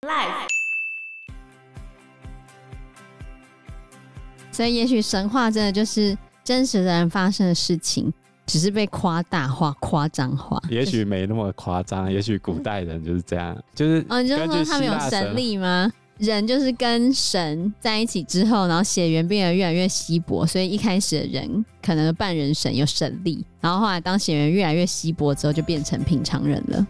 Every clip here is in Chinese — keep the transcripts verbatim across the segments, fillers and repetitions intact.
Life。 所以也许神话真的就是真实的人发生的事情，只是被夸大化、夸张化。 也许没那么夸张，也许古代人就是这样，就是哦，你就说他们有神力吗？人就是跟神在一起之后，然后血缘变得越来越稀薄，所以一开始的人可能半人神有神力，然后后来当血缘越来越稀薄之后，就变成平常人了。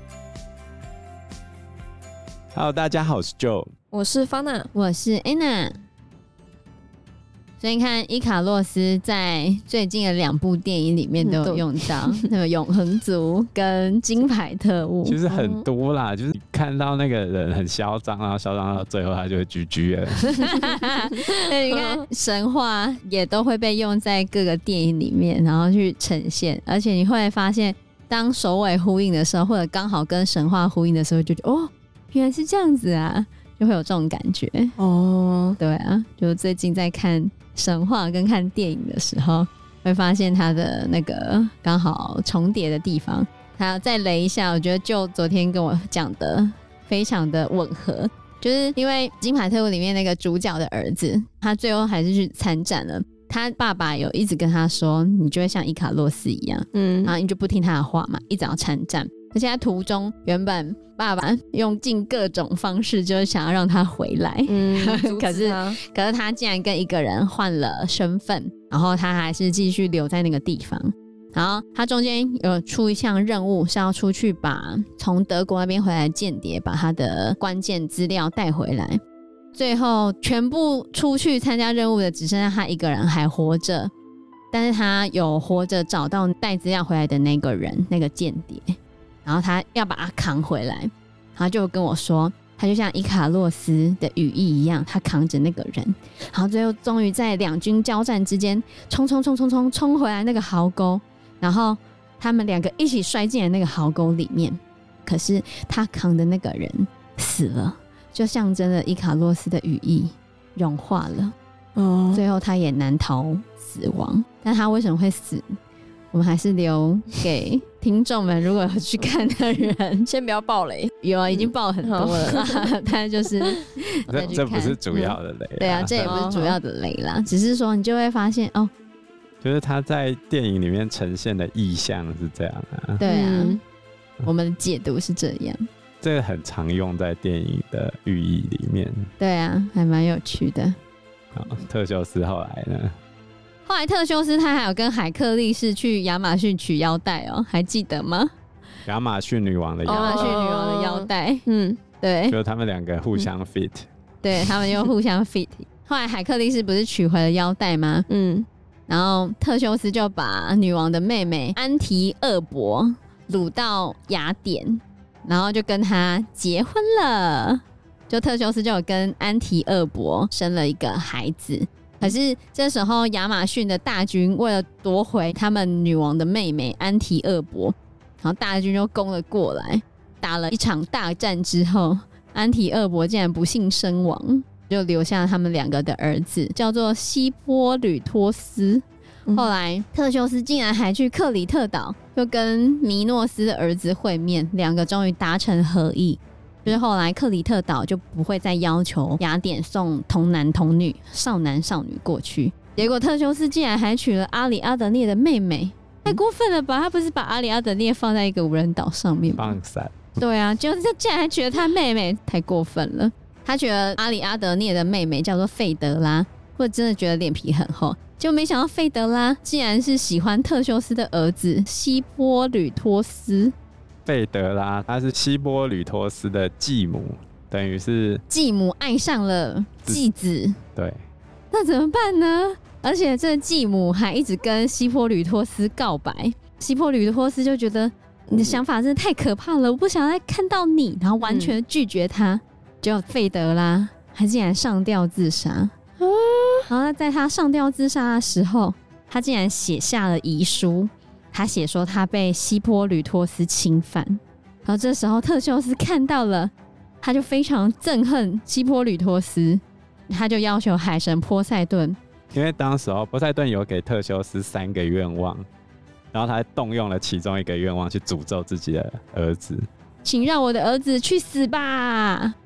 Hello， 大家好，我是 Joe， 我是方娜， 我是 Anna。所以你看，伊卡洛斯在最近的两部电影里面都有用到，那个永恒族跟金牌特务， 其实很多啦，就是看到那个人很嚣张，然后嚣张到最后他就会 G G 了。 对，你看神话也都会被用在各个电影里面，然后去呈现，而且你会发现，当首尾呼应的时候，或者刚好跟神话呼应的时候，就觉得哦，原来是这样子啊，就会有这种感觉。哦，对啊，就最近在看神话跟看电影的时候，会发现它的那个刚好重叠的地方。还要再雷一下，我觉得就昨天跟我讲的非常的吻合，就是因为金牌特务里面那个主角的儿子，他最后还是去参战了。他爸爸有一直跟他说，你就会像伊卡洛斯一样，嗯，然后你就不听他的话嘛，一直要参战。而且在途中，原本爸爸用尽各种方式，就是想要让他回来，嗯，可是可是他竟然跟一个人换了身份，然后他还是继续留在那个地方。然后他中间有出一项任务，是要出去把从德国那边回来的间谍把他的关键资料带回来。最后全部出去参加任务的只剩下他一个人还活着，但是他有活着找到带资料回来的那个人，那个间谍。然后他要把他扛回来，然后就跟我说，他就像伊卡洛斯的羽翼一样，他扛着那个人，然后最后终于在两军交战之间，冲冲冲冲冲冲回来那个壕沟，然后他们两个一起摔进了那个壕沟里面。可是他扛的那个人死了，就象征了伊卡洛斯的羽翼融化了。哦，最后他也难逃死亡。但他为什么会死？我们还是留给听众们，如果有去看的人， 先不要爆雷。 有啊，已经爆很多了啦，嗯、但就是这这不是主要的雷、啊嗯。 对啊，这也不是主要的雷啦，只是说你就会发现哦， 就是他在电影里面呈现的意象是这样啊。 对啊，嗯、我们的解读是这样。 这个很常用在电影的寓意里面。 对啊，还蛮有趣的。 好，特修斯后来呢？ 后来特修斯他还有跟海克力士去亚马逊取腰带哦，还记得吗？ 亚马逊女王的腰带， 亚马逊女王的腰带，嗯，对， 就是他们两个互相 fit，、嗯、 对他们又互相 fit。后来海克力士不是取回了腰带吗？嗯，然后特修斯就把女王的妹妹安提厄伯掳到雅典，然后就跟她结婚了。就特修斯就有跟安提厄伯生了一个孩子。可是这时候亚马逊的大军为了夺回他们女王的妹妹安提厄伯，然后大军就攻了过来，打了一场大战之后，安提厄伯竟然不幸身亡，就留下他们两个的儿子叫做希波吕托斯。后来特修斯竟然还去克里特岛，就跟弥诺斯的儿子会面，两个终于达成合议。就是后来克里特岛就不会再要求雅典送童男童女、少男少女过去，结果特修斯竟然还娶了阿里阿德涅的妹妹，太过分了吧？他不是把阿里阿德涅放在一个无人岛上面吗？ 放散。 对啊，就是他竟然还娶了他妹妹，太过分了。他觉得阿里阿德涅的妹妹叫做费德拉，或者真的觉得脸皮很厚，就没想到费德拉竟然是喜欢特修斯的儿子希波吕托斯。 费德拉她是希波吕托斯的继母，等于是继母爱上了继子。 对， 那怎么办呢？而且这继母还一直跟希波吕托斯告白，希波吕托斯就觉得你的想法真的太可怕了，我不想再看到你，然后完全拒绝他。结果费德拉还竟然上吊自杀、啊、然后在他上吊自杀的时候，他竟然写下了遗书，他写说他被希波吕托斯侵犯。然后这时候特修斯看到了，他就非常憎恨希波吕托斯，他就要求海神波塞顿， 因为当时候波塞顿有给特修斯三个愿望，然后他动用了其中一个愿望去诅咒自己的儿子， 请让我的儿子去死吧。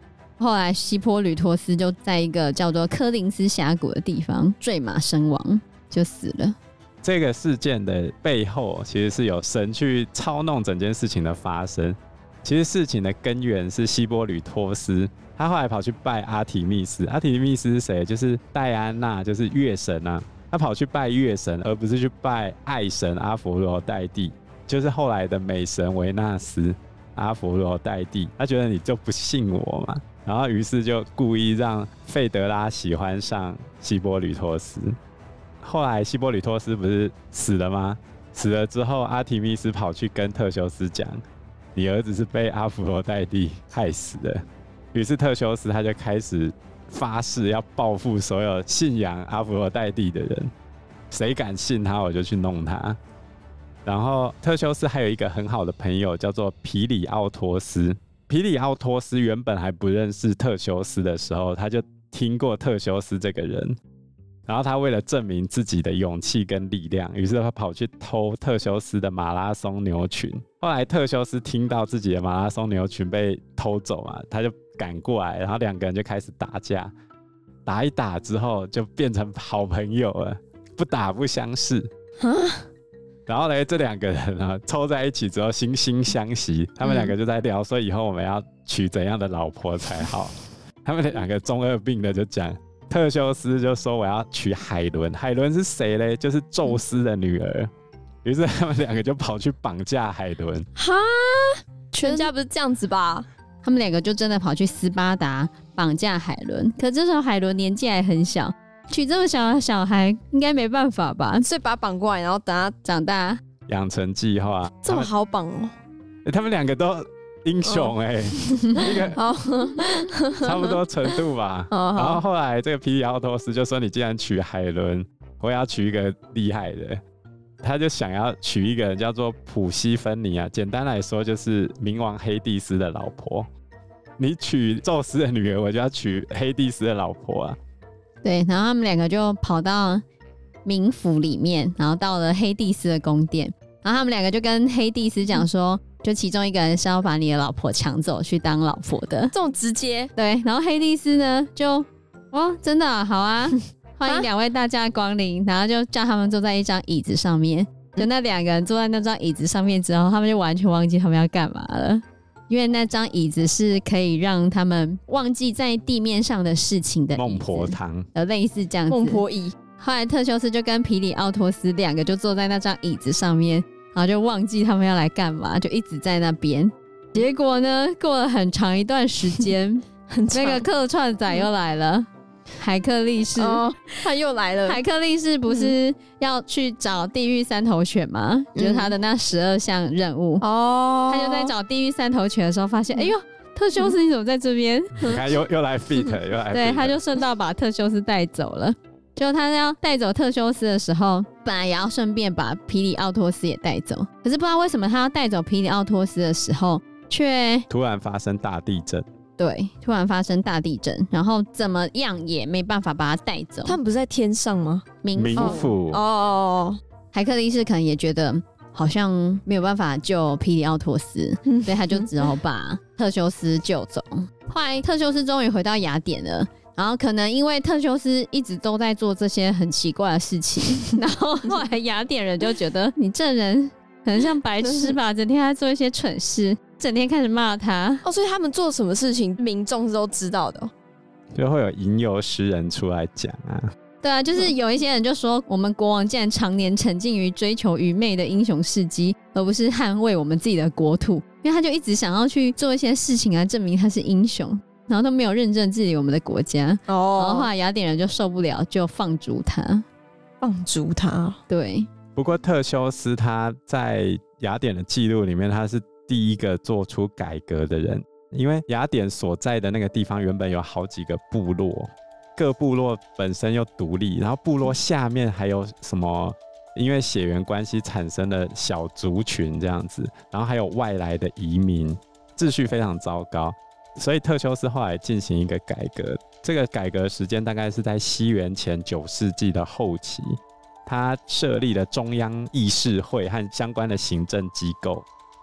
后来希波吕托斯就在一个叫做科林斯峡谷的地方坠马身亡，就死了。 这个事件的背后其实是有神去操弄整件事情的发生。其实事情的根源是希波吕托斯，他后来跑去拜阿提密斯。阿提密斯是谁？就是戴安娜，就是月神啊。他跑去拜月神，而不是去拜爱神阿佛罗代蒂，就是后来的美神维纳斯。阿佛罗代蒂，他觉得你就不信我嘛，然后于是就故意让费德拉喜欢上希波吕托斯。后来希波吕托斯不是死了吗？死了之后，阿提密斯跑去跟特修斯讲，你儿子是被阿佛罗代蒂害死的。于是特修斯他就开始发誓要报复所有信仰阿佛罗代蒂的人，谁敢信他我就去弄他。然后特修斯还有一个很好的朋友叫做皮里奥托斯。皮里奥托斯原本还不认识特修斯的时候，他就听过特修斯这个人，然后他为了证明自己的勇气跟力量，于是他跑去偷特修斯的马拉松牛群。后来特修斯听到自己的马拉松牛群被偷走啊，他就赶过来，然后两个人就开始打架。打一打之后就变成好朋友了，不打不相识。然后呢，这两个人啊凑在一起之后惺惺相惜，他们两个就在聊说以后我们要娶怎样的老婆才好。他们两个中二病的就讲，特修斯就说我要娶海伦，海伦是谁嘞？就是宙斯的女儿。于是他们两个就跑去绑架海伦。 哈，全家不是这样子吧？ 他们两个就真的跑去斯巴达绑架海伦，可这时候海伦年纪还很小，娶这么小的小孩应该没办法吧？ 所以把他绑过来，然后等他长大， 养成计划。 这么好绑哦？ 他们, 他们两个都英雄哎、欸，那个差不多程度吧。然后后来这个皮里奥托斯就说：“你既然娶海伦，我也要娶一个厉害的。”他就想要娶一个人叫做普西芬尼啊，简单来说就是冥王黑帝斯的老婆。你娶宙斯的女儿，我就要娶黑帝斯的老婆啊。 对，然后他们两个就跑到冥府里面，然后到了黑帝斯的宫殿，然后他们两个就跟黑帝斯讲说，就其中一个人是要把你的老婆抢走去当老婆的， 这种直接。 对，然后黑帝斯呢就哦，真的、啊、好啊。欢迎两位大驾光临，然后就叫他们坐在一张椅子上面。就那两个人坐在那张椅子上面之后，他们就完全忘记他们要干嘛了，因为那张椅子是可以让他们忘记在地面上的事情的孟婆汤， 呃，类似这样子。 孟婆椅。 后来特修斯就跟皮里奥托斯两个就坐在那张椅子上面，然后就忘记他们要来干嘛，就一直在那边。结果呢，过了很长一段时间，那个客串仔又来了。海克力士、哦、 他又来了。 海克力士不是要去找地狱三头犬吗、嗯、就是他的那十二项任务哦。他就在找地狱三头犬的时候发现、嗯、哎呦，特修斯你怎么在这边？ 你看又又来 fit 又来 fit。 对，他就顺道把特修斯带走了。就他要带走特修斯的时候，本来也要顺便把皮里奥托斯也带走，可是不知道为什么他要带走皮里奥托斯的时候却突然发生大地震。 对，突然发生大地震，然后怎么样也没办法把他带走。 他们不是在天上吗？ 冥府哦。 海克力士可能也觉得好像没有办法救皮里奥托斯、嗯、所以他就只好把特修斯救走。后来特修斯终于回到雅典了，然后可能因为特修斯一直都在做这些很奇怪的事情然后后来雅典人就觉得你这人很像白痴吧，整天在做一些蠢事，整天开始骂他。 哦，所以他们做什么事情民众是都知道的、哦、 就会有吟游诗人出来讲啊。 对啊，就是有一些人就说我们国王竟然常年沉浸于追求愚昧的英雄事迹，而不是捍卫我们自己的国土，因为他就一直想要去做一些事情来证明他是英雄，然后都没有认真治理我们的国家、哦、然后后来雅典人就受不了，就放逐他。 放逐他？ 对。 不过特修斯他在雅典的记录里面，他是第一个做出改革的人。因为雅典所在的那个地方原本有好几个部落，各部落本身又独立，然后部落下面还有什么因为血缘关系产生的小族群这样子，然后还有外来的移民，秩序非常糟糕。所以特修斯后来进行一个改革，这个改革时间大概是在西元前九世纪的后期。他设立了中央议事会和相关的行政机构，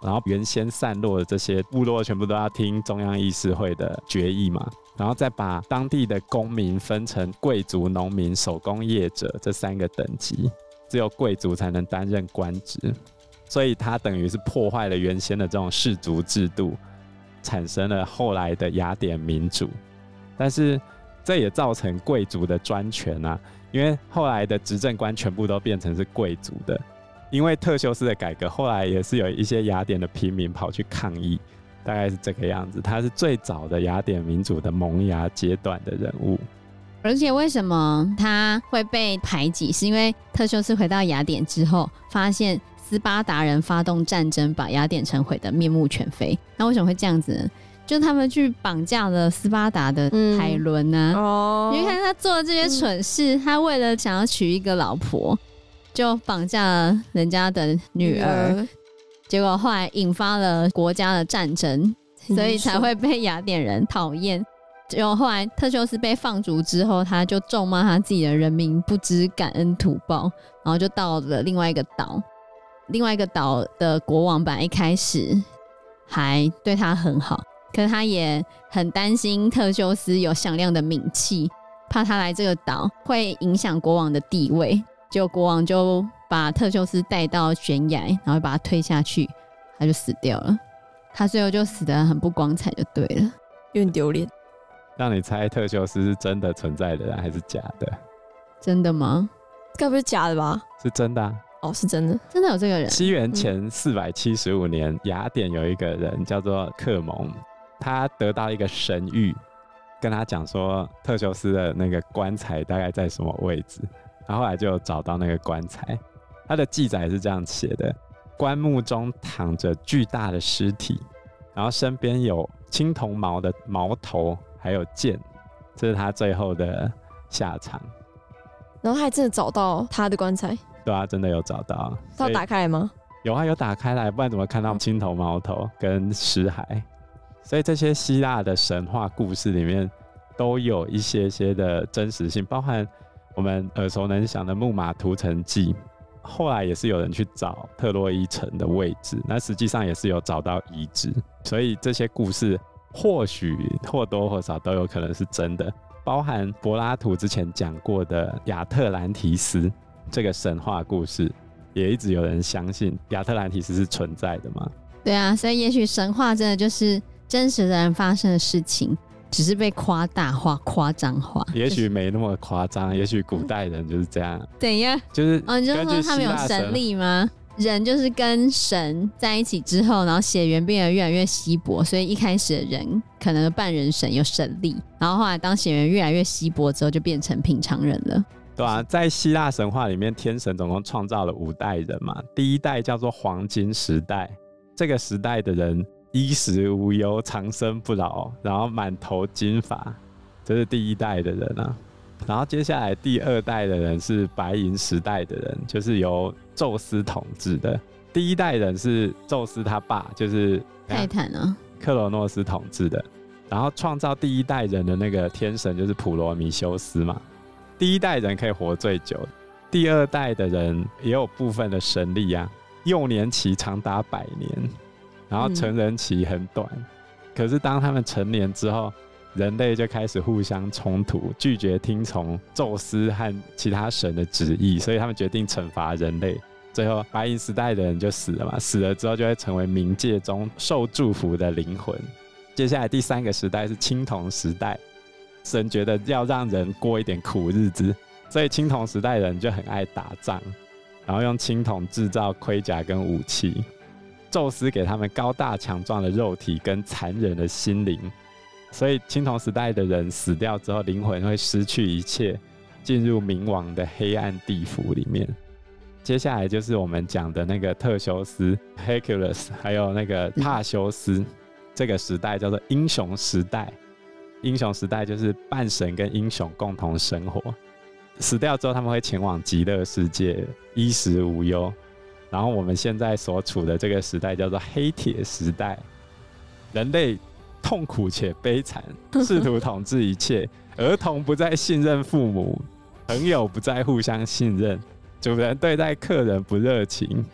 然后原先散落的这些部落全部都要听中央议事会的决议嘛，然后再把当地的公民分成贵族、农民、手工业者这三个等级，只有贵族才能担任官职，所以它等于是破坏了原先的这种氏族制度，产生了后来的雅典民主。但是这也造成贵族的专权啊，因为后来的执政官全部都变成是贵族的。因为特修斯的改革，后来也是有一些雅典的平民跑去抗议，大概是这个样子。他是最早的雅典民主的萌芽阶段的人物。 而且为什么他会被排挤，是因为特修斯回到雅典之后，发现斯巴达人发动战争，把雅典城毁得面目全非。那为什么会这样子呢？就是他们去绑架了斯巴达的海伦啊、嗯哦、你看他做的这些蠢事、嗯、他为了想要娶一个老婆，就绑架了人家的女儿、嗯、结果后来引发了国家的战争，所以才会被雅典人讨厌。结果后来特修斯被放逐之后，他就咒骂他自己的人民不知感恩图报，然后就到了另外一个岛。另外一个岛的国王本来一开始还对他很好，可是他也很担心特修斯有响亮的名气，怕他来这个岛会影响国王的地位，结果国王就把特修斯带到悬崖，然后把他推下去，他就死掉了。他最后就死得很不光彩就对了， 有点丢脸。 让你猜特修斯是真的存在的人还是假的？ 真的吗？ 该不是假的吧？ 是真的啊。 哦，是真的， 真的有这个人。 西元前四百七十五年、嗯、雅典有一个人叫做克蒙，他得到一个神谕，跟他讲说特修斯的那个棺材大概在什么位置，然后后来就找到那个棺材。他的记载是这样写的：棺木中躺着巨大的尸体，然后身边有青铜毛的矛头还有剑，这是他最后的下场。 然后还真的找到他的棺材。 对啊，真的有找到。 他有打开来吗？ 有啊，有打开来，不然怎么看到青铜矛头跟尸骸？所以这些希腊的神话故事里面都有一些些的真实性，包含我们耳熟能详的木马屠城记，后来也是有人去找特洛伊城的位置，那实际上也是有找到遗址，所以这些故事或许或多或少都有可能是真的。包含柏拉图之前讲过的亚特兰提斯这个神话故事，也一直有人相信亚特兰提斯是存在的嘛。 对啊，所以也许神话真的就是真实的人发生的事情，只是被夸大化、夸张化。 也许没那么夸张，也许古代人就是这样。 怎样？ 就是哦，你就说他们有神力吗？人就是跟神在一起之后，然后血缘变得越来越稀薄，所以一开始的人可能半人神有神力，然后后来当血缘越来越稀薄之后，就变成平常人了。 对啊，在希腊神话里面，天神总共创造了五代人嘛。第一代叫做黄金时代，这个时代的人衣食无忧、长生不老，然后满头金发，这是第一代的人啊。然后接下来第二代的人是白银时代的人，就是由宙斯统治的。第一代人是宙斯他爸，就是泰坦啊， 克罗诺斯统治的。然后创造第一代人的那个天神就是普罗米修斯嘛。第一代人可以活最久，第二代的人也有部分的神力啊，幼年期长达百年，然后成人期很短、嗯、可是当他们成年之后，人类就开始互相冲突，拒绝听从宙斯和其他神的旨意，所以他们决定惩罚人类。最后白银时代的人就死了嘛，死了之后就会成为冥界中受祝福的灵魂。接下来第三个时代是青铜时代，神觉得要让人过一点苦日子，所以青铜时代人就很爱打仗，然后用青铜制造盔甲跟武器。宙斯给他们高大强壮的肉体跟残忍的心灵，所以青铜时代的人死掉之后，灵魂会失去一切，进入冥王的黑暗地府里面。接下来就是我们讲的那个特修斯 Hercules 还有那个帕修斯，这个时代叫做英雄时代。英雄时代就是半神跟英雄共同生活，死掉之后他们会前往极乐世界，衣食无忧。然后我们现在所处的这个时代叫做黑铁时代，人类痛苦且悲惨，试图统治一切，儿童不再信任父母，朋友不再互相信任，主人对待客人不热情，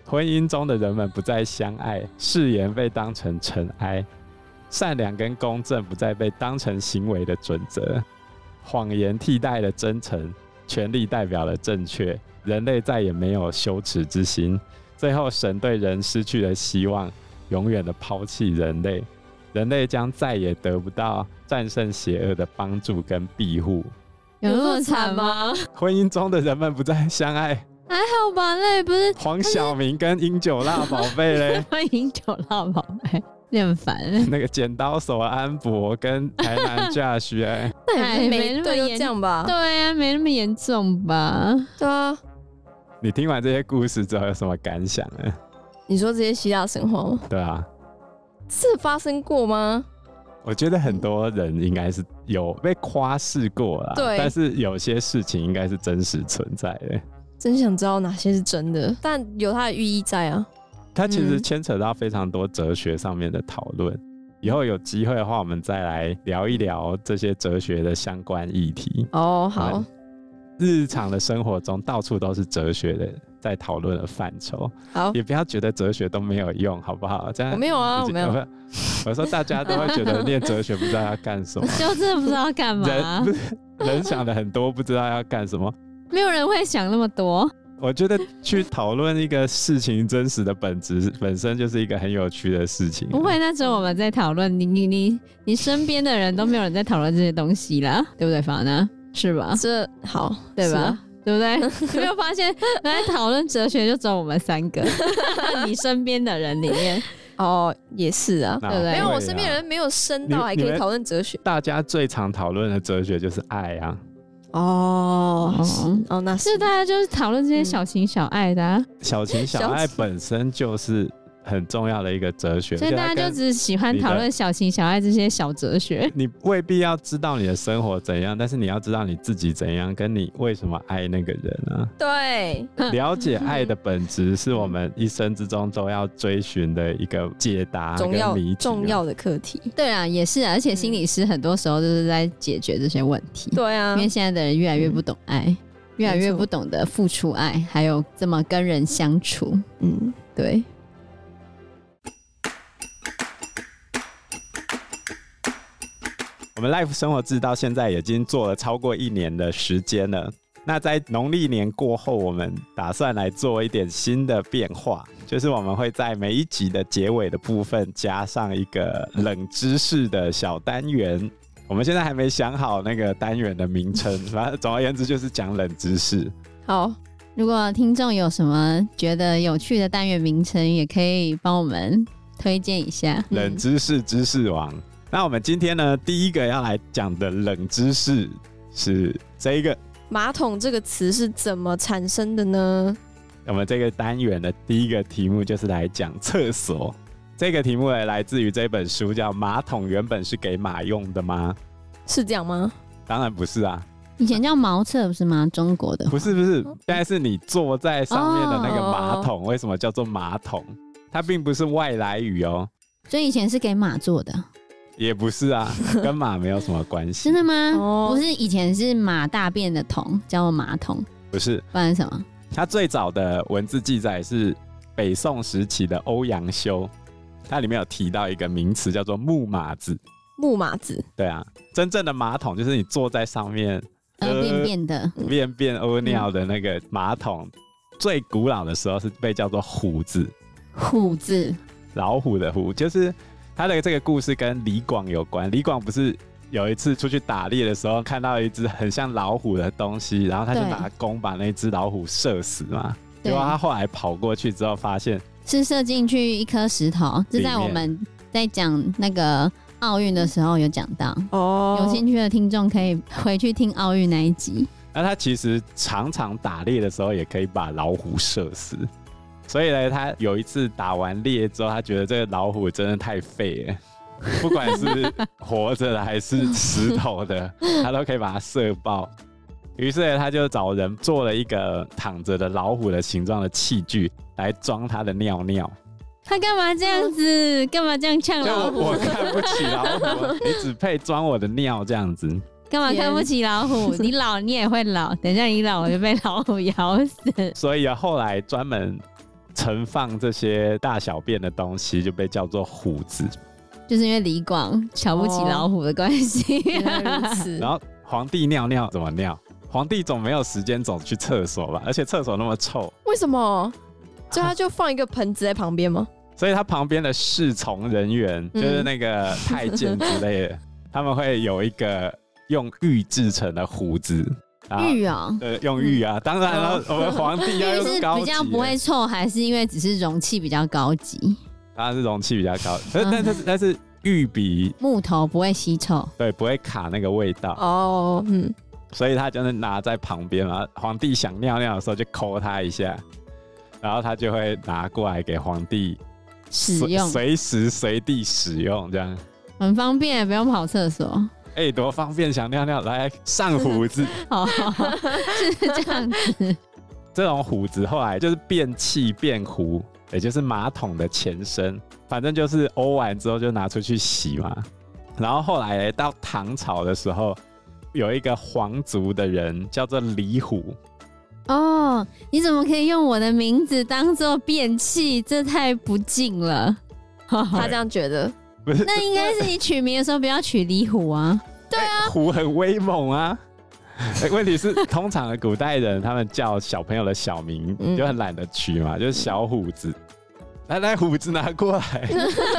婚姻中的人们不再相爱，誓言被当成尘埃，善良跟公正不再被当成行为的准则，谎言替代了真诚，权力代表了正确，人类再也没有羞耻之心。最后，神对人失去了希望，永远的抛弃人类，人类将再也得不到战胜邪恶的帮助跟庇护。 有那么惨吗？ 婚姻中的人们不再相爱， 还好吧，那也不是黄晓明跟英九辣宝贝嘞， 欢迎九辣宝贝，有点烦。 那个剪刀手安博跟台南驾徐哎， 那也不是哎没每一对都那么严这样吧？ 对啊，没那么严重吧？ 对啊， 你听完这些故事之后有什么感想呢？ 你说这些希腊神话吗？ 对啊， 是发生过吗？ 我觉得很多人应该是有被夸饰过啦， 对但是有些事情应该是真实存在的。 真想知道哪些是真的，但有它的寓意在啊。 它其实嗯牵扯到非常多哲学上面的讨论。以后有机会的话，我们再来聊一聊这些哲学的相关议题。 哦，好， 日常的生活中到处都是哲学的在讨论的范畴， 好， 也不要觉得哲学都没有用，好不好？这样我没有啊，我没有。 不是我说大家都会觉得念哲学不知道要干什么， 就真的不知道干嘛， 人不是人想的很多，不知道要干什么。 没有人会想那么多。 我觉得去讨论一个事情真实的本质，本身就是一个很有趣的事情。 不会，那时候我们在讨论，你你你你身边的人都没有人在讨论这些东西啦，对不对，法呢？是吧？ 这好， 对吧？ 是啊对不对？你没有发现来讨论哲学就只有我们三个，你身边的人里面， 哦，也是啊。 那对不对没有， 会啊我身边的人没有深到你你们还可以讨论哲学。 大家最常讨论的哲学就是爱啊， 哦哦是哦，那是是大家就是讨论这些小情小爱的、啊， 小情小爱本身就是很重要的一个哲学， 所以大家就跟只喜欢讨论小情小爱这些小哲学。 你未必要知道你的生活怎样，但是你要知道你自己怎样，跟你为什么爱那个人啊。 对， 了解爱的本质是我们一生之中都要追寻的一个解答重要跟谜题啊。 重要的课题。 对啊，也是啊，而且心理师很多时候就是在解决这些问题。 对啊因，为现在的人越来越不懂爱，越来越不懂得付出爱，还有怎么跟人相处。 嗯， 对， 我们 Life 生活志到现在已经做了超过一年的时间了。那在农历年过后，我们打算来做一点新的变化，就是我们会在每一集的结尾的部分加上一个冷知识的小单元。我们现在还没想好那个单元的名称，反正总而言之就是讲冷知识。 好， 如果听众有什么觉得有趣的单元名称，也可以帮我们推荐一下。 冷知识知识王。那我们今天呢，第一个要来讲的冷知识是这一个。 马桶这个词是怎么产生的呢？ 我们这个单元的第一个题目就是来讲厕所。这个题目呢来自于这本书，叫《马桶原本是给马用的吗》？ 是这样吗？ 当然不是啊， 以前叫茅厕不是吗？中国的话不是不是，现在是你坐在上面的那个马桶，为什么叫做马桶？它并不是外来语哦， 所以以前是给马做的， 也不是啊，跟马没有什么关系真。的吗？ 哦不是，以前是马大便的桶，叫做马桶， 不是， 不然是什么？ 它最早的文字记载是北宋时期的欧阳修，它里面有提到一个名词叫做木马子。 木马子。 对啊，真正的马桶就是你坐在上面呃，便便的， 便便屙尿的那个马桶。最古老的时候是被叫做虎子， 虎字， 老虎的虎，就是它的这个故事跟李广有关。李广不是有一次出去打猎的时候，看到一只很像老虎的东西，然后他就对拿弓把那只老虎射死嘛。 对结果他后来跑过去之后，发现是射进去一颗石头，这在我们在讲那个奥运的时候有讲到。 哦， 有兴趣的听众可以回去听奥运那一集。 那他其实常常打猎的时候也可以把老虎射死，所以呢，他有一次打完猎之后，他觉得这个老虎真的太废了，不管是活着的还是石头的，他都可以把它射爆。于是呢，他就找人做了一个躺着的老虎的形状的器具来装他的尿尿。 他干嘛这样子？干嘛这样呛就老虎？ 我看不起老虎，你只配装我的尿这样子。 干嘛看不起老虎？你老你也会老，等一下你老我就被老虎咬死。 所以啊，后来专门盛放这些大小便的东西就被叫做虎子。 就是因为李广瞧不起老虎的关系。 原来如此。 然后皇帝尿尿怎么尿？皇帝总没有时间走去厕所吧？而且厕所那么臭， 为什么？所以他就放一个盆子在旁边吗？ 所以他旁边的侍从人员， 嗯就是那个太监之类的，他们会有一个用玉制成的壶子。 玉啊， 对，用玉啊。当然了，我们皇帝要玉是用高级的， 比较不会臭，还是因为只是容器比较高级？ 当然是容器比较高，但但但是但是玉比木头不会吸臭， 对不会卡那个味道哦，嗯， 所以他就是拿在旁边嘛。皇帝想尿尿的时候就抠他一下，然后他就会拿过来给皇帝使用， 随时随地使用，这样很方便，不用跑厕所。 哎、欸，多方便！想尿尿来上虎子， 哦，是这样子。 这种虎子后来就是便器便壶，也就是马桶的前身。反正就是屙完之后就拿出去洗嘛。然后后来到唐朝的时候，有一个皇族的人叫做李虎。 哦，你怎么可以用我的名字当做便器？这太不敬了。 他这样觉得。 不是， 那应该是你取名的时候不要取李虎啊。 对啊， 欸、虎很威猛啊。欸、问题是，通常的古代人他们叫小朋友的小名、嗯、就很懒得取嘛，就是小虎子。来来，虎子拿过来。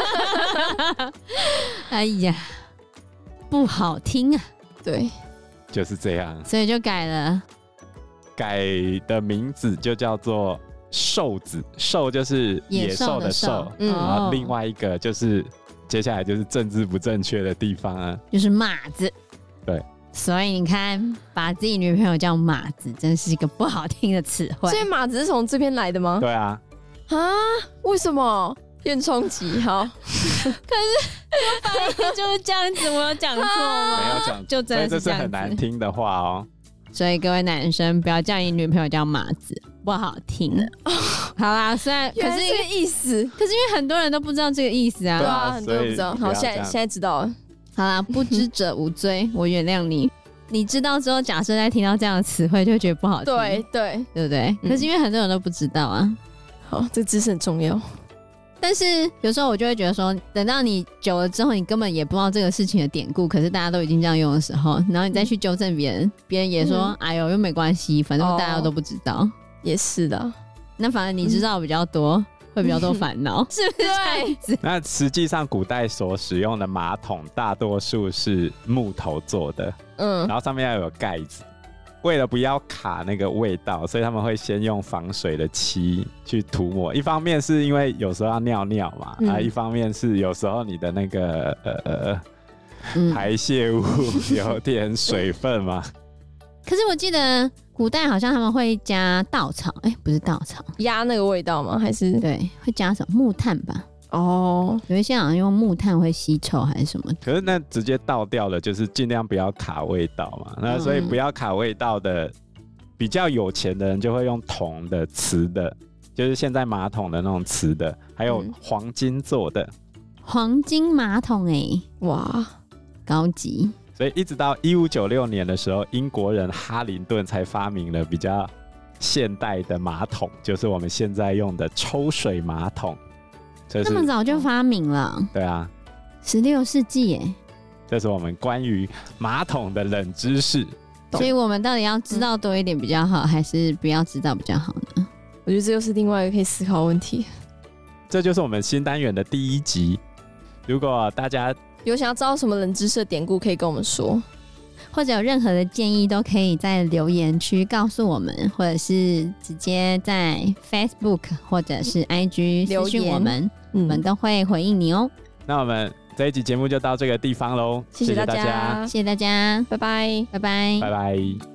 哎呀，不好听啊。 对， 就是这样， 所以就改了。 改的名字就叫做兽子，兽就是野兽的兽， 嗯， 然后另外一个就是接下来就是政治不正确的地方啊， 就是马子。 对， 所以你看，把自己女朋友叫马子，真是一个不好听的词汇。 所以马子是从这边来的吗？ 对啊。 啊？为什么？变冲击好。 可是发音就是这样子，我有讲错吗？ 没有讲， 就真的是这样子， 这是很难听的话哦。 所以各位男生不要叫你女朋友叫马子，不好听的。好啦，虽然可是这个意思， 可是因为很多人都不知道这个意思啊。 对啊，很多人不知道。好，现在现在知道了。 好啦，不知者无罪，我原谅你。你知道之后，假设在听到这样的词汇，就会觉得不好听。 对对， 对不对？ 嗯、 可是因为很多人都不知道啊。 好，这个知识很重要。 但是有时候我就会觉得说，等到你久了之后，你根本也不知道这个事情的典故，可是大家都已经这样用的时候，然后你再去纠正别人，别人也说、嗯、哎呦又没关系，反正大家都不知道。哦、 也是的， 那反正你知道比较多、嗯、会比较多烦恼，是不是这样子？ 那实际上古代所使用的马桶大多数是木头做的，嗯，然后上面要有盖子，为了不要卡那个味道，所以他们会先用防水的漆去涂抹。一方面是因为有时候要尿尿嘛，嗯、啊，一方面是有时候你的那个呃、嗯、排泄物有点水分嘛。 可是我记得古代好像他们会加稻草，哎、欸，不是稻草， 压那个味道吗？还是对，会加什么木炭吧？ 哦， 有一些好像用木炭会吸臭还是什么。 可是那直接倒掉的，就是尽量不要卡味道嘛。那所以不要卡味道的，比较有钱的人就会用铜的、瓷的，就是现在马桶的那种瓷的，还有黄金做的。 嗯、黄金马桶哎、欸， 哇， 高级。 所以一直到一五九六年的时候，英国人哈林顿才发明了比较现代的马桶，就是我们现在用的抽水马桶。就是、 那么早就发明了？ 对啊， 十六世纪耶。 这是我们关于马桶的冷知识。 所以我们到底要知道多一点比较好，还是不要知道比较好呢？ 我觉得这又是另外一个可以思考的问题。 这就是我们新单元的第一集。如果大家有想要知道什么冷知识的典故，可以跟我们说， 或者有任何的建议，都可以在留言区告诉我们，或者是直接在 Facebook 或者是 I G 私讯我们。我们都会回应你哦。 那我们这一集节目就到这个地方喽， 谢谢大家， 谢谢大家， 拜拜， 拜拜， 拜拜。